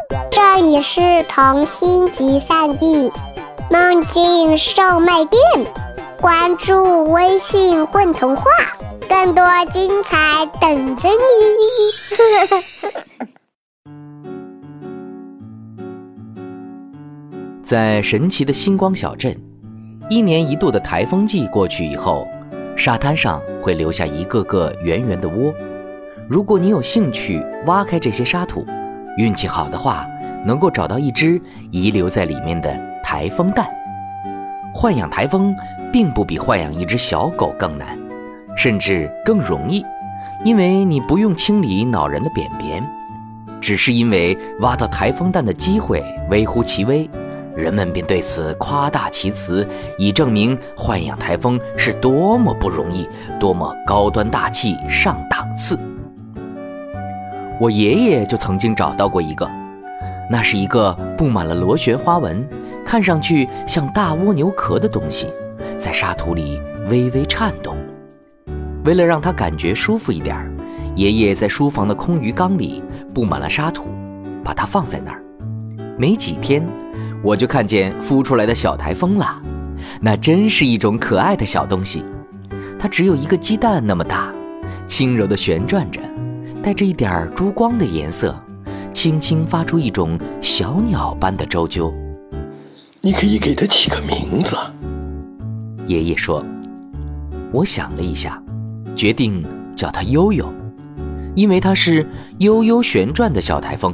这里是童心集散地梦境售卖店，关注微信混童话，更多精彩等着你。 在神奇的星光小镇，一年一度的台风季过去以后，沙滩上会留下一个个圆圆的窝。如果你有兴趣挖开这些沙土，运气好的话，能够找到一只遗留在里面的台风蛋。豢养台风并不比豢养一只小狗更难，甚至更容易，因为你不用清理恼人的便便，只是因为挖到台风蛋的机会微乎其微，人们便对此夸大其词，以证明豢养台风是多么不容易，多么高端大气上档次。我爷爷就曾经找到过一个，那是一个布满了螺旋花纹，看上去像大蜗牛壳的东西，在沙土里微微颤动。为了让它感觉舒服一点，爷爷在书房的空鱼缸里布满了沙土，把它放在那儿。没几天，我就看见孵出来的小台风了。那真是一种可爱的小东西，它只有一个鸡蛋那么大，轻柔地旋转着，带着一点珠光的颜色，轻轻发出一种小鸟般的啾啾。 你可以给它起个名字。 爷爷说。我想了一下，决定叫它悠悠，因为它是悠悠旋转的小台风。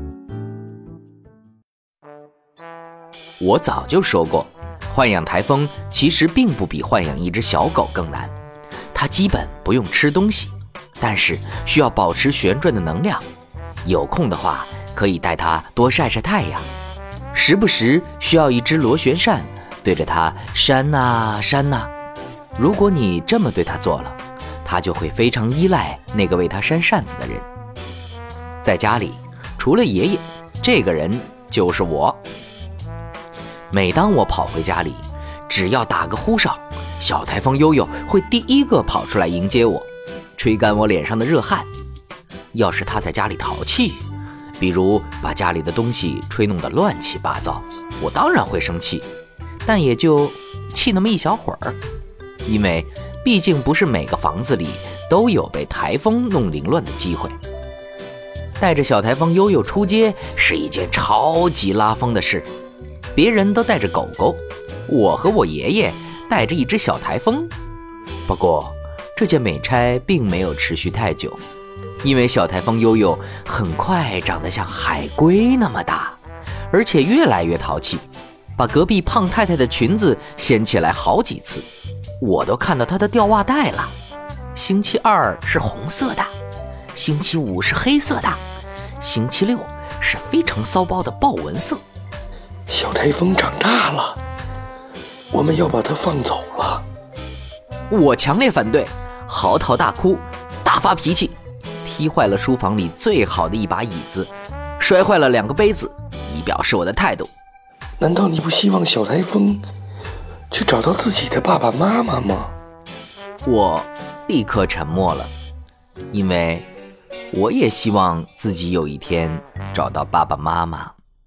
我早就说过，豢养台风其实并不比豢养一只小狗更难，它基本不用吃东西，但是需要保持旋转的能量。有空的话，可以带它多晒晒太阳，时不时需要一只螺旋扇对着它扇啊扇啊。如果你这么对它做了，它就会非常依赖那个为它扇扇子的人。在家里，除了爷爷，这个人就是我。每当我跑回家里，只要打个呼哨，小台风悠悠会第一个跑出来迎接我，吹干我脸上的热汗。要是他在家里淘气，比如把家里的东西吹弄得乱七八糟，我当然会生气，但也就气那么一小会儿，因为毕竟不是每个房子里都有被台风弄凌乱的机会。带着小台风悠悠出街是一件超级拉风的事，别人都带着狗狗，我和我爷爷带着一只小台风。不过这件美差并没有持续太久，因为小台风悠悠很快长得像海龟那么大，而且越来越淘气，把隔壁胖太太的裙子掀起来好几次，我都看到她的吊袜带了。星期二是红色的，星期五是黑色的，星期六是非常骚包的豹纹色。 小台风长大了，我们要把它放走了。 我强烈反对，嚎啕大哭，大发脾气，踢坏了书房里最好的一把椅子，摔坏了2个杯子，以表示我的态度。 难道你不希望小台风去找到自己的爸爸妈妈吗？ 我立刻沉默了，因为我也希望自己有一天找到爸爸妈妈。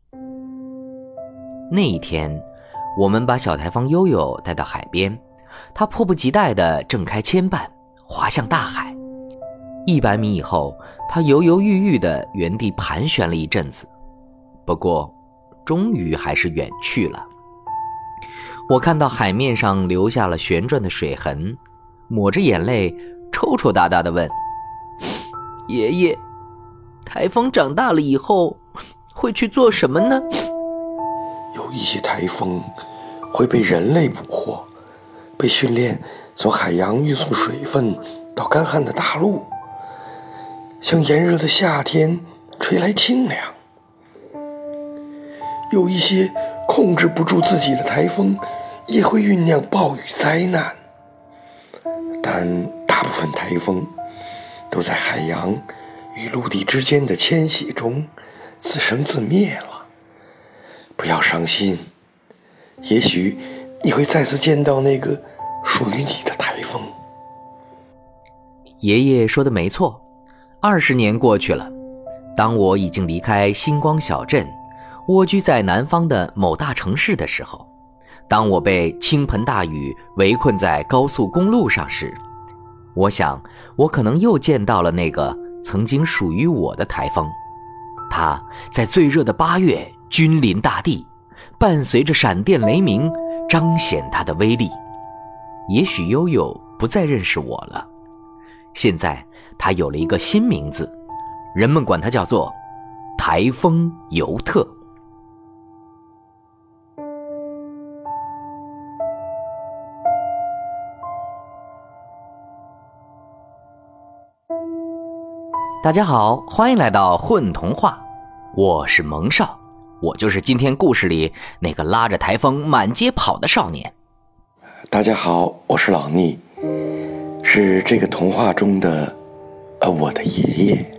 那一天，我们把小台风悠悠带到海边，它迫不及待地挣开牵绊，滑向大海。100米以后，它犹犹豫豫地原地盘旋了一阵子，不过终于还是远去了。我看到海面上留下了旋转的水痕，抹着眼泪，抽抽搭搭地问：爷爷，台风长大了以后会去做什么呢？ 有一些台风会被人类捕获，被训练从海洋运送水分到干旱的大陆，像炎热的夏天吹来清凉。有一些控制不住自己的台风也会酝酿暴雨灾难，但大部分台风都在海洋与陆地之间的迁徙中自生自灭了。不要伤心，也许你会再次见到那个属于你的台风。 爷爷说的没错，20年过去了， 当我已经离开星光小镇，蜗居在南方的某大城市的时候，当我被倾盆大雨围困在高速公路上时，我想我可能又见到了那个曾经属于我的台风。它在最热的8月君临大地，伴随着闪电雷鸣，彰显它的威力。也许悠悠不再认识我了，现在它有了一个新名字，人们管它叫做台风尤特。大家好，欢迎来到混童话，我是蒙少，我就是今天故事里那个拉着台风满街跑的少年。 大家好，我是老聂，是这个童话中的我的爷爷。